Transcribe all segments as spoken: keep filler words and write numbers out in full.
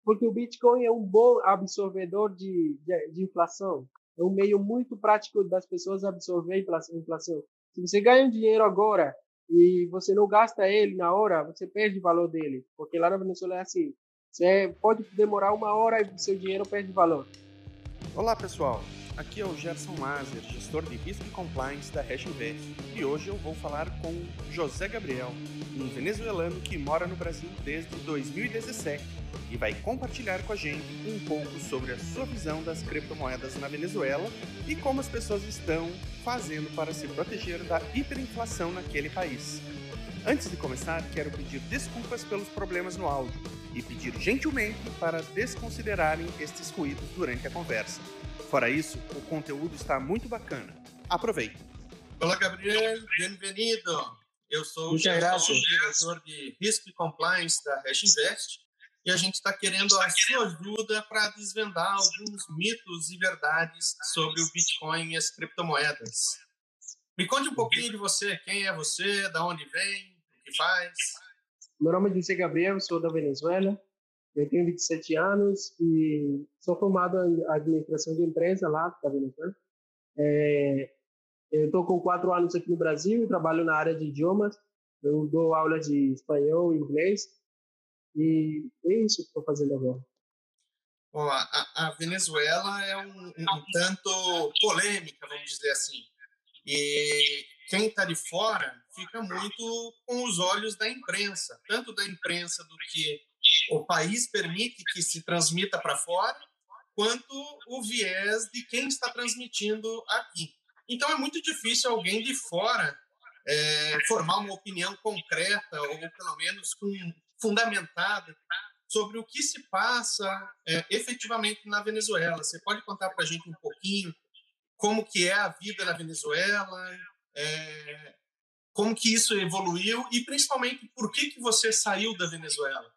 porque o Bitcoin é um bom absorvedor de, de, de inflação. É um meio muito prático das pessoas absorver inflação. inflação. Se você ganha um dinheiro agora e você não gasta ele na hora, você perde o valor dele. Porque lá na Venezuela é assim. Você pode demorar uma hora e seu dinheiro perde valor. Olá pessoal, aqui é o Gerson Mazer, gestor de risco e compliance da Hash Invest, e hoje eu vou falar com José Gabriel, um venezuelano que mora no Brasil desde dois mil e dezessete e vai compartilhar com a gente um pouco sobre a sua visão das criptomoedas na Venezuela e como as pessoas estão fazendo para se proteger da hiperinflação naquele país. Antes de começar, quero pedir desculpas pelos problemas no áudio e pedir gentilmente para desconsiderarem estes ruídos durante a conversa. Fora isso, o conteúdo está muito bacana. Aproveite! Olá, Gabriel, bem-vindo! Eu sou o Gerson, diretor de Risco e Compliance da Hash Invest, e a gente está querendo a sua ajuda para desvendar alguns mitos e verdades sobre o Bitcoin e as criptomoedas. Me conte um pouquinho de você, quem é você, de onde vem, o que faz. Meu nome é José Gabriel, sou da Venezuela, eu tenho vinte e sete anos e sou formado em administração de empresa lá da Venezuela. É, eu estou com quatro anos aqui no Brasil e trabalho na área de idiomas. Eu dou aulas de espanhol e inglês e é isso que estou fazendo agora. Bom, a, a Venezuela é um, um, um tanto polêmica, vamos dizer assim. E quem está de fora fica muito com os olhos da imprensa, tanto da imprensa do que o país permite que se transmita para fora, quanto o viés de quem está transmitindo aqui. Então, é muito difícil alguém de fora é, formar uma opinião concreta, ou pelo menos com, fundamentada, sobre o que se passa é, efetivamente na Venezuela. Você pode contar para a gente um pouquinho como que é a vida na Venezuela, é, como que isso evoluiu e, principalmente, por que, que você saiu da Venezuela?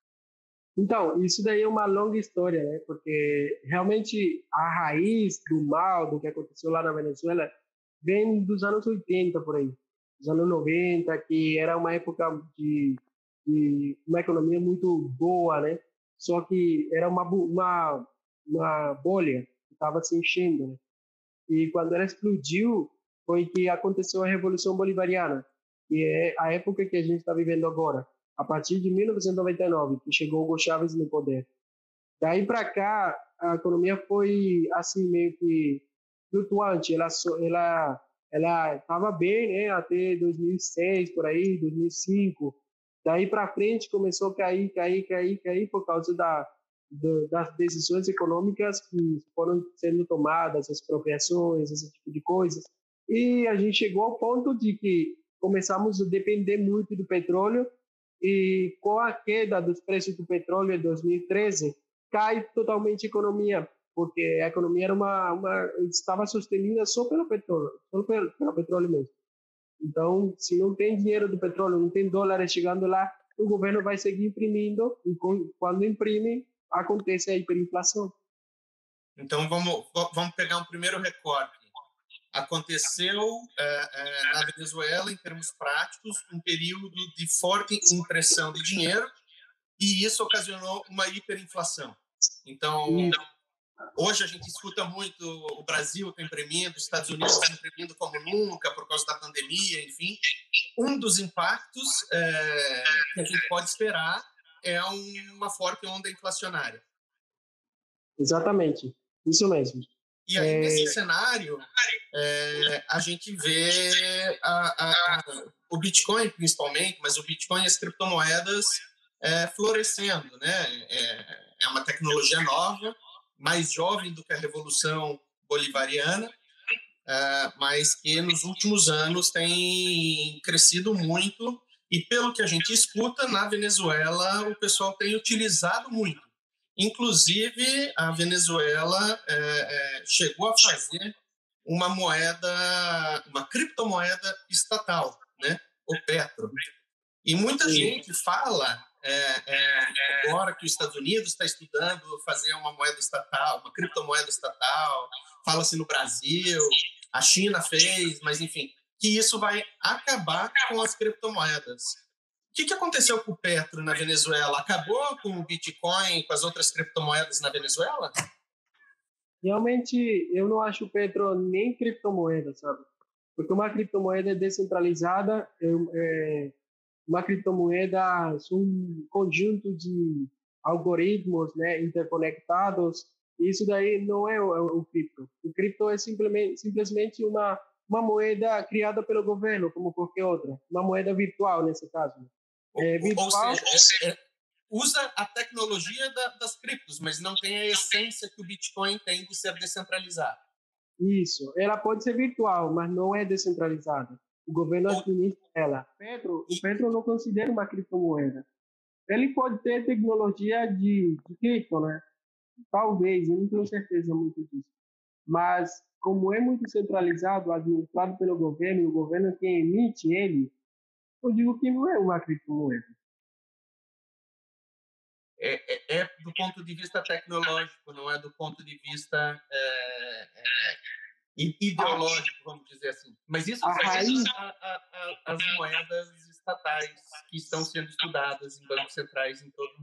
Então, isso daí é uma longa história, né? Porque realmente a raiz do mal, do que aconteceu lá na Venezuela, vem dos anos oitenta, por aí. Dos anos noventa, que era uma época de, de uma economia muito boa, né? Só que era uma, uma, uma bolha que estava se enchendo, né? E quando ela explodiu, foi que aconteceu a Revolução Bolivariana, que é a época que a gente está vivendo agora, a partir de mil novecentos e noventa e nove, que chegou Hugo Chávez no poder. Daí para cá, a economia foi assim meio que flutuante, ela ela ela estava bem, né, até dois mil e seis por aí, dois mil e cinco. Daí para frente começou a cair, cair, cair, cair por causa da do, das decisões econômicas que foram sendo tomadas, as expropriações, esse tipo de coisas. E a gente chegou ao ponto de que começamos a depender muito do petróleo e com a queda dos preços do petróleo em dois mil e treze, cai totalmente a economia, porque a economia era uma, uma estava sostenida só pelo petróleo, só pelo, pelo petróleo mesmo. Então, se não tem dinheiro do petróleo, não tem dólares chegando lá, o governo vai seguir imprimindo e quando imprime, acontece a hiperinflação. Então, vamos, vamos pegar um primeiro recorte. Aconteceu é, é, na Venezuela, em termos práticos, um período de forte impressão de dinheiro e isso ocasionou uma hiperinflação. Então, hoje a gente escuta muito o Brasil está imprimindo, os Estados Unidos estão imprimindo como nunca por causa da pandemia, enfim. Um dos impactos é, que a gente pode esperar é uma forte onda inflacionária. Exatamente, isso mesmo. E aí, é... nesse cenário, é, a gente vê a, a, a, o Bitcoin, principalmente, mas o Bitcoin e as criptomoedas é, florescendo, né? É, é uma tecnologia nova, mais jovem do que a Revolução Bolivariana, é, mas que nos últimos anos tem crescido muito e, pelo que a gente escuta, na Venezuela o pessoal tem utilizado muito. Inclusive, a Venezuela é, é, chegou a fazer uma moeda, uma criptomoeda estatal, né? O Petro. E muita Sim. gente fala é, é, agora que os Estados Unidos está estudando fazer uma moeda estatal, uma criptomoeda estatal, fala-se no Brasil, a China fez, mas enfim, que isso vai acabar com as criptomoedas. que, que aconteceu com o Petro na Venezuela? Acabou com o Bitcoin, com as outras criptomoedas na Venezuela? Realmente, eu não acho o Petro nem criptomoeda, sabe? Porque uma criptomoeda é descentralizada, é, é, uma criptomoeda é um conjunto de algoritmos, né, interconectados. Isso daí não é o, o cripto. O cripto é simplesmente, simplesmente uma, uma moeda criada pelo governo, como qualquer outra. Uma moeda virtual, nesse caso. É, virtual, ou seja, é, é, usa a tecnologia da, das criptos, mas não tem a essência que o Bitcoin tem de ser descentralizado. Isso. Ela pode ser virtual, mas não é descentralizada. O governo administra ela. Petro, o Petro não considera uma criptomoeda. Ele pode ter tecnologia de, de cripto, né? Talvez, eu não tenho certeza muito disso. Mas, como é muito centralizado, administrado pelo governo, e o governo é quem emite ele, eu digo que não é uma criptomoeda. É, é, é do ponto de vista tecnológico, não é do ponto de vista é, é, ideológico, vamos dizer assim. Mas isso raiz... a, a, a, as moedas estatais que estão sendo estudadas em bancos centrais em todo o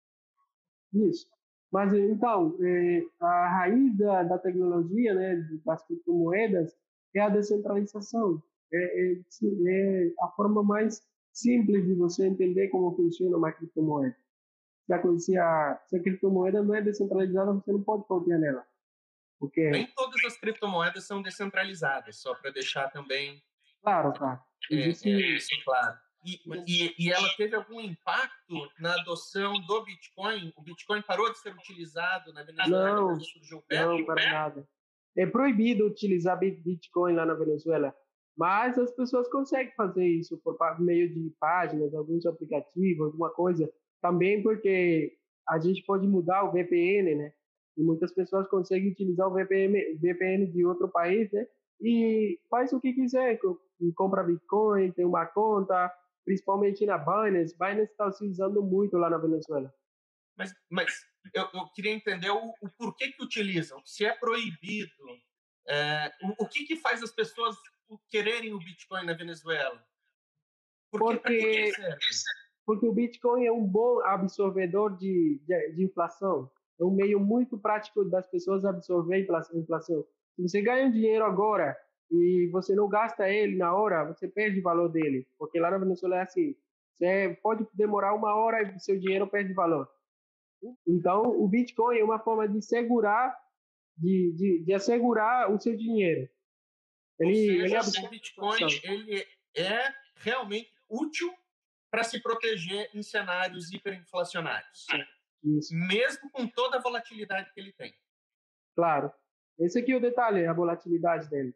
mundo. Isso. Mas, então, é, a raiz da, da tecnologia, né, das criptomoedas, é a descentralização. É, é, é a forma mais simples de você entender como funciona uma criptomoeda. Se a, se a, se a criptomoeda não é descentralizada, você não pode confiar nela. Porque... Nem todas as criptomoedas são descentralizadas, só para deixar também... Claro, claro. Existe... É, é, isso, claro. E, e, e ela teve algum impacto na adoção do Bitcoin? O Bitcoin parou de ser utilizado na Venezuela? Não, surgiu o não, para nada. É proibido utilizar Bitcoin lá na Venezuela, mas as pessoas conseguem fazer isso por meio de páginas, alguns aplicativos, alguma coisa. Também porque a gente pode mudar o V P N, né? E muitas pessoas conseguem utilizar o V P N, V P N de outro país, né? E faz o que quiser, compra Bitcoin, tem uma conta, principalmente na Binance. Binance está se usando muito lá na Venezuela. Mas, mas eu, eu queria entender o, o porquê que utilizam. Se é proibido, é, o, o que, que faz as pessoas quererem o Bitcoin na Venezuela? Porque, porque, porque o Bitcoin é um bom absorvedor de, de, de inflação. É um meio muito prático das pessoas absorver a inflação. Se você ganha um dinheiro agora e você não gasta ele na hora, você perde o valor dele. Porque lá na Venezuela é assim, você pode demorar uma hora e seu dinheiro perde valor. Então, o Bitcoin é uma forma de segurar, de, de, de assegurar o seu dinheiro. Ele, Ou seja, ele o Bitcoin ele é realmente útil para se proteger em cenários hiperinflacionários. Isso. Mesmo com toda a volatilidade que ele tem. Claro. Esse aqui é o detalhe, a volatilidade dele.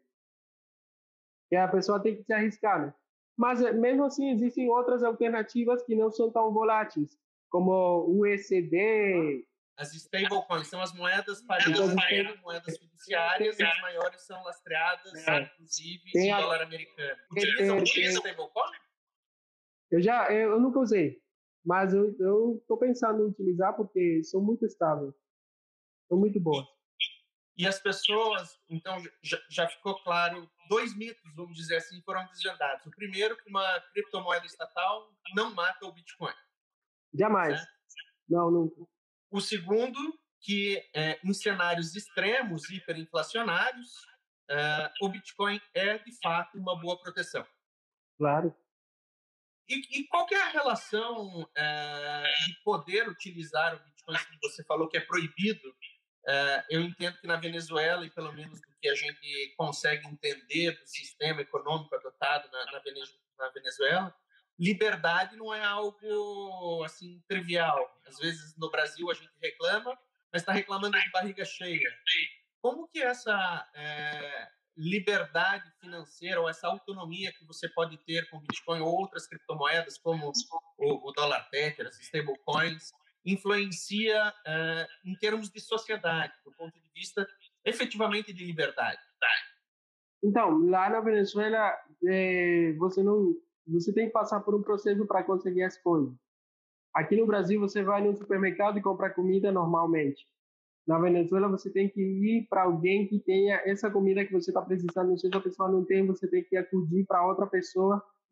Que a pessoa tem que se arriscar, né? Mas, mesmo assim, existem outras alternativas que não são tão voláteis, como o U S D. As stablecoins são as moedas paridas para moedas fiduciárias, e as maiores são lastreadas, é. inclusive, em a... dólar americano. Utilizam muito stablecoin? Eu já, eu nunca usei, mas eu estou pensando em utilizar porque são muito estáveis, são muito boas. E as pessoas, então, já, já ficou claro, dois mitos, vamos dizer assim, foram desvendados. O primeiro, que uma criptomoeda estatal não mata o Bitcoin. Jamais. Certo? Não, nunca. O segundo, que é, em cenários extremos, hiperinflacionários, é, o Bitcoin é, de fato, uma boa proteção. Claro. E, e qual que é a relação é, de poder utilizar o Bitcoin, que você falou que é proibido? É, eu entendo que na Venezuela, e pelo menos do que a gente consegue entender do sistema econômico adotado na, na, na Venezuela, liberdade não é algo assim trivial. Às vezes no Brasil a gente reclama, mas está reclamando de barriga cheia. Como que essa é, liberdade financeira ou essa autonomia que você pode ter com Bitcoin ou outras criptomoedas como o, o dólar Tether, as stablecoins, influencia uh, em termos de sociedade, do ponto de vista efetivamente de liberdade? Então, lá na Venezuela, é, você não, você tem que passar por um processo para conseguir as coisas. Aqui no Brasil, você vai no supermercado e compra comida normalmente. Na Venezuela, você tem que ir para alguém que tenha essa comida que você está precisando. Se a pessoa não tem, você tem que acudir para outra pessoa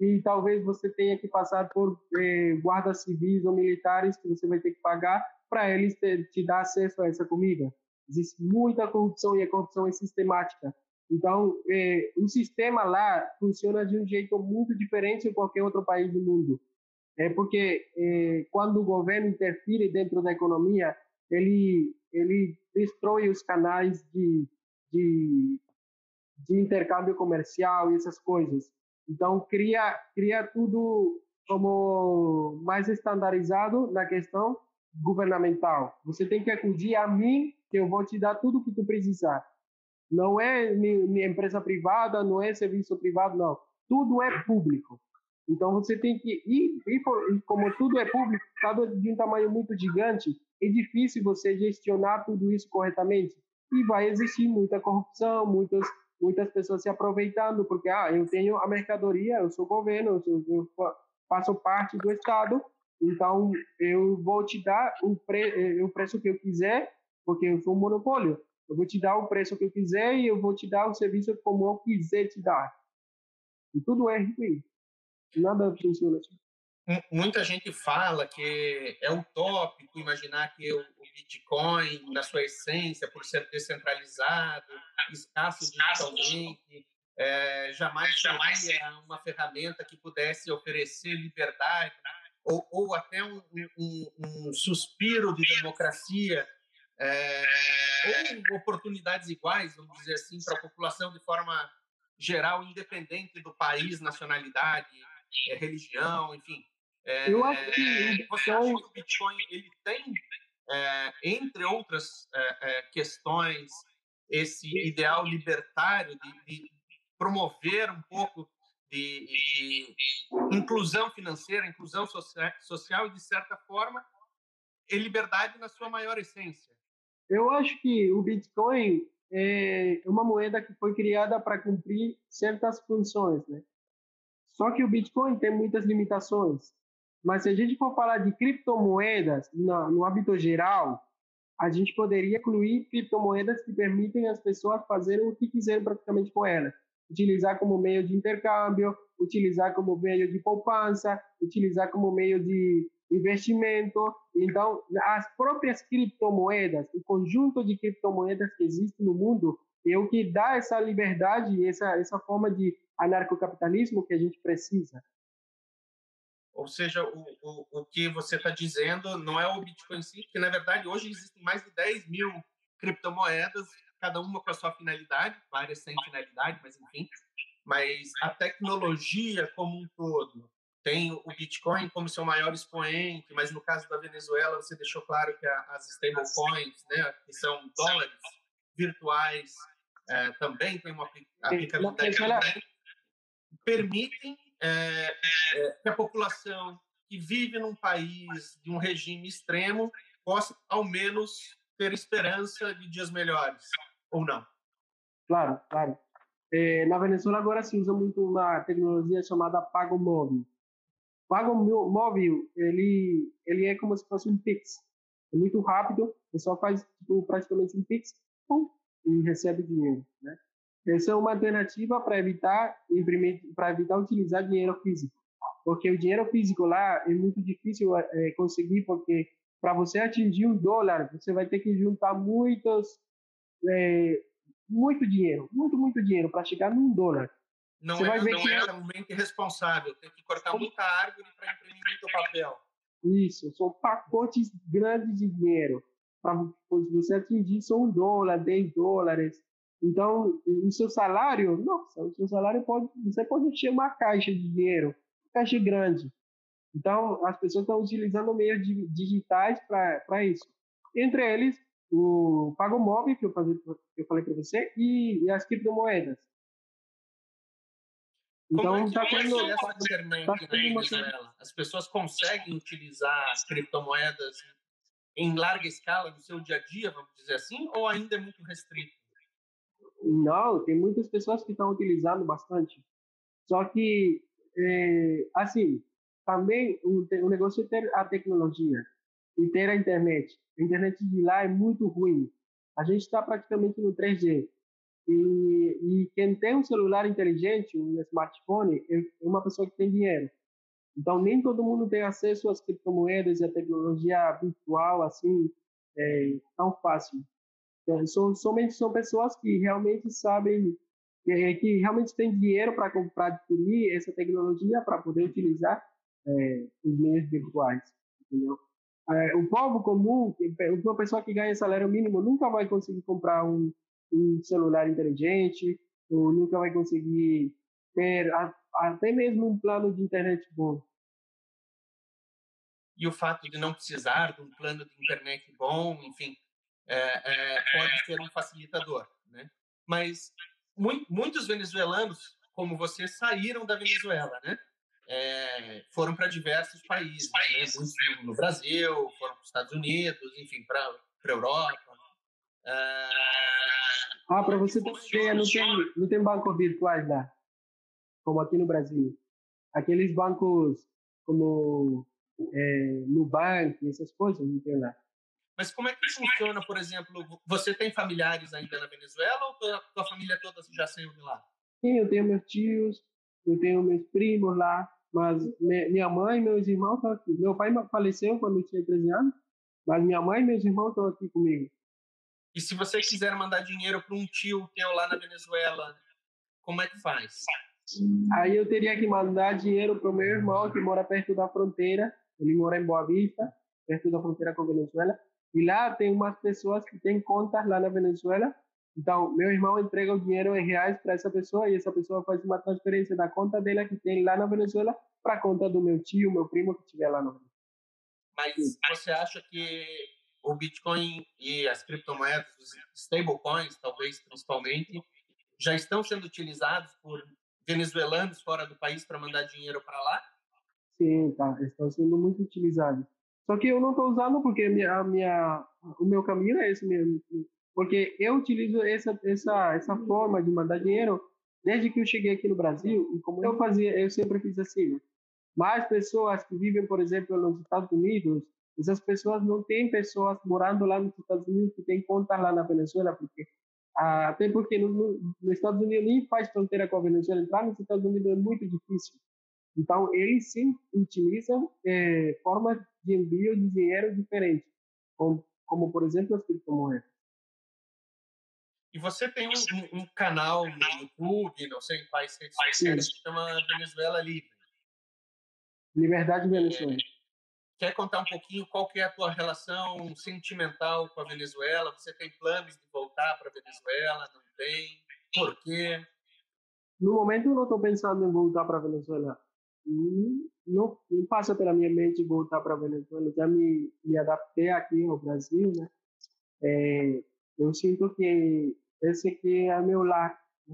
e talvez você tenha que passar por eh, guardas civis ou militares que você vai ter que pagar para eles te, te dar acesso a essa comida. Existe muita corrupção e a corrupção é sistemática. Então, eh, o sistema lá funciona de um jeito muito diferente de qualquer outro país do mundo. É porque eh, quando o governo interfere dentro da economia, ele ele destrói os canais de, de, de intercâmbio comercial e essas coisas. Então, cria, cria tudo como mais estandarizado na questão governamental. Você tem que acudir a mim, que eu vou te dar tudo o que tu precisar. Não é minha empresa privada, não é serviço privado, não. Tudo é público. Então, você tem que ir, e como tudo é público, cada de um tamanho muito gigante, é difícil você gestionar tudo isso corretamente. E vai existir muita corrupção, muitas, muitas pessoas se aproveitando, porque ah, eu tenho a mercadoria, eu sou governo, eu, sou, eu faço parte do Estado, então eu vou te dar o, pre, o preço que eu quiser, porque eu sou um monopólio. Eu vou te dar o preço que eu quiser e eu vou te dar o serviço como eu quiser te dar. E tudo é ruim. Nada funciona assim. Muita gente fala que é utópico imaginar que o Bitcoin, na sua essência, por ser descentralizado, escasso digitalmente, é, jamais seria uma ferramenta que pudesse oferecer liberdade ou, ou até um, um, um suspiro de democracia, é, ou oportunidades iguais, vamos dizer assim, para a população de forma geral, independente do país, nacionalidade, é, religião, enfim. É, Eu acho que você acha que o Bitcoin ele tem, é, entre outras é, é, questões, esse ideal libertário de, de promover um pouco de, de inclusão financeira, inclusão social e, de certa forma, e liberdade na sua maior essência? Eu acho que o Bitcoin é uma moeda que foi criada para cumprir certas funções, né? Só que o Bitcoin tem muitas limitações. Mas se a gente for falar de criptomoedas no, no âmbito geral, a gente poderia incluir criptomoedas que permitem as pessoas fazerem o que quiserem praticamente com elas. Utilizar como meio de intercâmbio, utilizar como meio de poupança, utilizar como meio de investimento. Então, as próprias criptomoedas, o conjunto de criptomoedas que existe no mundo, é o que dá essa liberdade, essa, essa forma de anarcocapitalismo que a gente precisa. Ou seja, o, o, o que você está dizendo não é o Bitcoin em si, porque, na verdade, hoje existem mais de dez mil criptomoedas, cada uma com a sua finalidade, várias sem finalidade, mas enfim. Mas a tecnologia como um todo tem o Bitcoin como seu maior expoente, mas no caso da Venezuela você deixou claro que as stablecoins, né, que são dólares virtuais, é, também tem uma aplicabilidade que permitem é, é, que a população que vive num país de um regime extremo possa, ao menos, ter esperança de dias melhores, ou não? Claro, claro. É, na Venezuela agora se usa muito uma tecnologia chamada Pago Móvel. Pago Móvel, ele, ele é como se fosse um Pix. É muito rápido, você só faz tipo, praticamente um Pix pum, e recebe dinheiro, né? Essa é uma alternativa para evitar imprimir, para evitar utilizar dinheiro físico, porque o dinheiro físico lá é muito difícil é, conseguir, porque para você atingir um dólar, você vai ter que juntar muitos, é, muito dinheiro, muito, muito dinheiro para chegar num dólar. Não você é, vai ver não que é realmente responsável, tem que cortar muita árvore para imprimir muito papel. Isso, são pacotes grandes de dinheiro. Para você atingir só um dólar, dez dólares. Então, o seu salário, nossa, o seu salário pode, você pode encher uma caixa de dinheiro, uma caixa grande. Então, as pessoas estão utilizando meios digitais para isso. Entre eles, o Pago Móvel, que eu, falei, que eu falei para você, e, e as criptomoedas. Então, está tendo essa internet tá na Venezuela? As pessoas conseguem utilizar criptomoedas em larga escala no seu dia a dia, vamos dizer assim, ou ainda é muito restrito? Não, tem muitas pessoas que estão utilizando bastante. Só que, é, assim, também o, o negócio é ter a tecnologia e ter a internet. A internet de lá é muito ruim. A gente está praticamente no três G. E, e quem tem um celular inteligente, um smartphone, é uma pessoa que tem dinheiro. Então, nem todo mundo tem acesso às criptomoedas e à tecnologia virtual assim, é, tão fácil. Então, são, somente são pessoas que realmente sabem, que, que realmente têm dinheiro para comprar, adquirir essa tecnologia para poder utilizar é, os meios virtuais, entendeu? É, o povo comum, uma pessoa que ganha salário mínimo, nunca vai conseguir comprar um, um celular inteligente, ou nunca vai conseguir ter a, até mesmo um plano de internet bom. E o fato de não precisar de um plano de internet bom, enfim, é, é, pode ser um facilitador, né? Mas mu muitos venezuelanos, como você, saíram da Venezuela, né? É, foram para diversos países, né? Muitos no Brasil, foram para os Estados Unidos, enfim, para a Europa. É, ah, para você ter ideia, não tem, não tem bancos virtuais lá, como aqui no Brasil. Aqueles bancos como é, Nubank, essas coisas, não tem lá. Mas como é que funciona, por exemplo, você tem familiares ainda na Venezuela ou tua, tua família toda já saiu de lá? Sim, eu tenho meus tios, eu tenho meus primos lá, mas minha mãe e meus irmãos estão aqui. Meu pai faleceu quando eu tinha treze anos, mas minha mãe e meus irmãos estão aqui comigo. E se você quiser mandar dinheiro para um tio teu lá na Venezuela, como é que faz? Aí eu teria que mandar dinheiro para o meu irmão, que mora perto da fronteira. Ele mora em Boa Vista, perto da fronteira com a Venezuela. E lá tem umas pessoas que têm contas lá na Venezuela. Então, meu irmão entrega o dinheiro em reais para essa pessoa e essa pessoa faz uma transferência da conta dela que tem lá na Venezuela para a conta do meu tio, meu primo que estiver lá na Venezuela. Mas você acha que o Bitcoin e as criptomoedas, os stablecoins, talvez principalmente, já estão sendo utilizados por venezuelanos fora do país para mandar dinheiro para lá? Sim, tá. Estão sendo muito utilizados. Só que eu não estou usando porque minha, a minha, o meu caminho é esse mesmo. Porque eu utilizo essa, essa, essa forma de mandar dinheiro desde que eu cheguei aqui no Brasil. E como eu fazia, eu sempre fiz assim. Né? Mais pessoas que vivem, por exemplo, nos Estados Unidos, essas pessoas não têm pessoas morando lá nos Estados Unidos que têm contas lá na Venezuela, porque ah, até porque no, no, nos Estados Unidos nem faz fronteira com a Venezuela. Entrar nos Estados Unidos é muito difícil. Então, eles sim utilizam é, formas de envio de dinheiro diferentes, como, como por exemplo, as criptomoedas. E você tem um, um, um canal no YouTube, não sei em quais redes sociais, que chama Venezuela Livre. Liberdade Venezuela. É, quer contar um pouquinho qual que é a tua relação sentimental com a Venezuela? Você tem planos de voltar para a Venezuela? Não tem? Por quê? No momento, eu não estou pensando em voltar para a Venezuela. Não, não passa pela minha mente voltar para a Venezuela. Já me, me adaptei aqui no Brasil, né? É, eu sinto que esse aqui é meu lar. Né?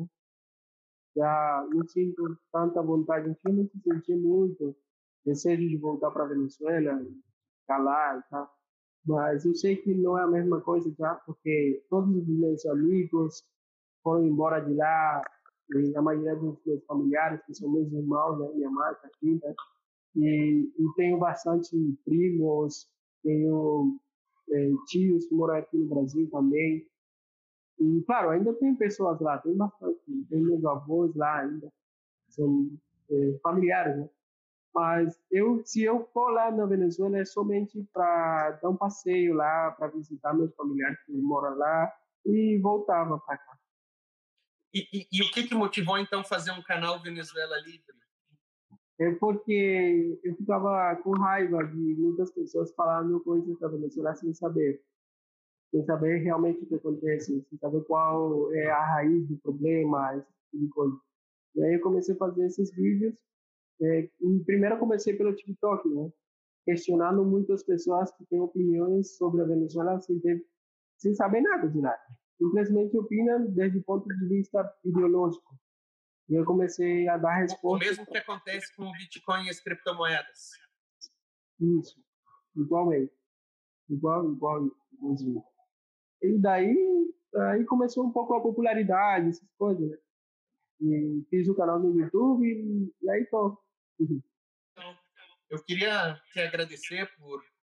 Já não sinto tanta vontade. Eu não senti muito desejo de voltar para a Venezuela, ficar lá e tal. Mas eu sei que não é a mesma coisa já, porque todos os meus amigos foram embora de lá, e a maioria dos meus familiares, que são meus irmãos, né? Minha mãe está aqui, né? E, e tenho bastante primos, tenho é, tios que moram aqui no Brasil também. E, claro, ainda tem pessoas lá, tem bastante, tem meus avós lá ainda, são é, familiares, né? Mas eu, se eu for lá na Venezuela, é somente para dar um passeio lá, para visitar meus familiares que moram lá e voltava para cá. E, e, e o que que motivou, então, fazer um canal Venezuela Livre? É porque eu ficava com raiva de muitas pessoas falando coisas da Venezuela sem saber. Sem saber realmente o que acontece, sem saber qual é a raiz do problema, esse tipo de coisa. E aí eu comecei a fazer esses vídeos. É, primeiro eu comecei pelo TikTok, né? Questionando muitas pessoas que têm opiniões sobre a Venezuela sem, ter, sem saber nada de nada. Simplesmente opinam desde o ponto de vista ideológico. E eu comecei a dar respostas. O mesmo que acontece com o Bitcoin e as criptomoedas. Isso, igualmente. Igual, igual, igualzinho. E daí, aí começou um pouco a popularidade, essas coisas, né? E fiz o canal no YouTube e, e aí tô. Então, eu queria te agradecer por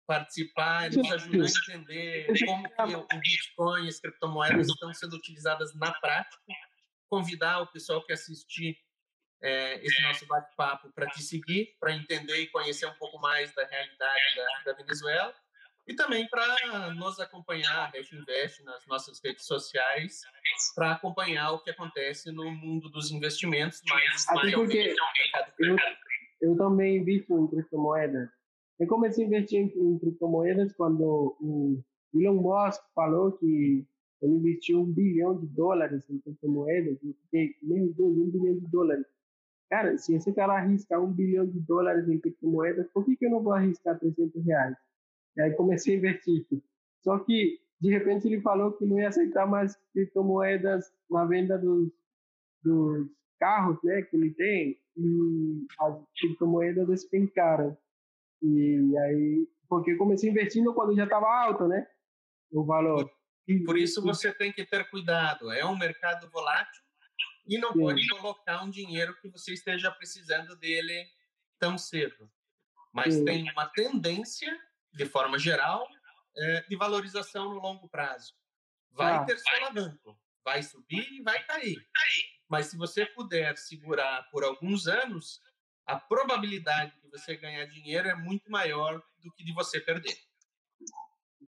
participar, ele nos ajuda a entender como que o Bitcoin e as criptomoedas estão sendo utilizadas na prática, convidar o pessoal que assistir é, esse nosso bate-papo para te seguir, para entender e conhecer um pouco mais da realidade da, da Venezuela, e também para nos acompanhar, a Hash Invest, nas nossas redes sociais, para acompanhar o que acontece no mundo dos investimentos, mas Até porque eu, eu também invisto em criptomoedas. Eu comecei a investir em, em criptomoedas quando o Elon Musk falou que ele investiu um bilhão de dólares em criptomoedas. Eu fiquei, meu Deus, um bilhão de dólares. Cara, se esse cara arriscar um bilhão de dólares em criptomoedas, por que, que eu não vou arriscar trezentos reais? E aí comecei a investir. Só que, de repente, ele falou que não ia aceitar mais criptomoedas na venda dos, dos carros, né, que ele tem, e as criptomoedas despencaram. E aí, porque eu comecei investindo quando já estava alto, né, o valor. E, por isso você tem que ter cuidado. É um mercado volátil e não Sim. pode colocar um dinheiro que você esteja precisando dele tão cedo. Mas Sim. tem uma tendência, de forma geral, é, de valorização no longo prazo. Vai ah. ter solavanco, vai subir e vai cair. Mas se você puder segurar por alguns anos, a probabilidade de você ganhar dinheiro é muito maior do que de você perder.